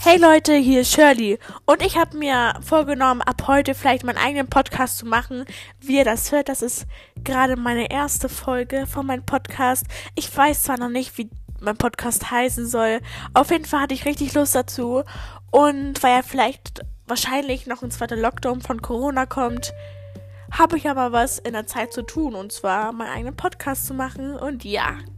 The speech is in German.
Hey Leute, hier ist Shirley und ich habe mir vorgenommen, ab heute vielleicht meinen eigenen Podcast zu machen. Wie ihr das hört, das ist gerade meine erste Folge von meinem Podcast. Ich weiß zwar noch nicht, wie mein Podcast heißen soll. Auf jeden Fall hatte ich richtig Lust dazu. Und weil ja vielleicht wahrscheinlich noch ein zweiter Lockdown von Corona kommt, habe ich aber was in der Zeit zu tun. Und zwar meinen eigenen Podcast zu machen. Und ja,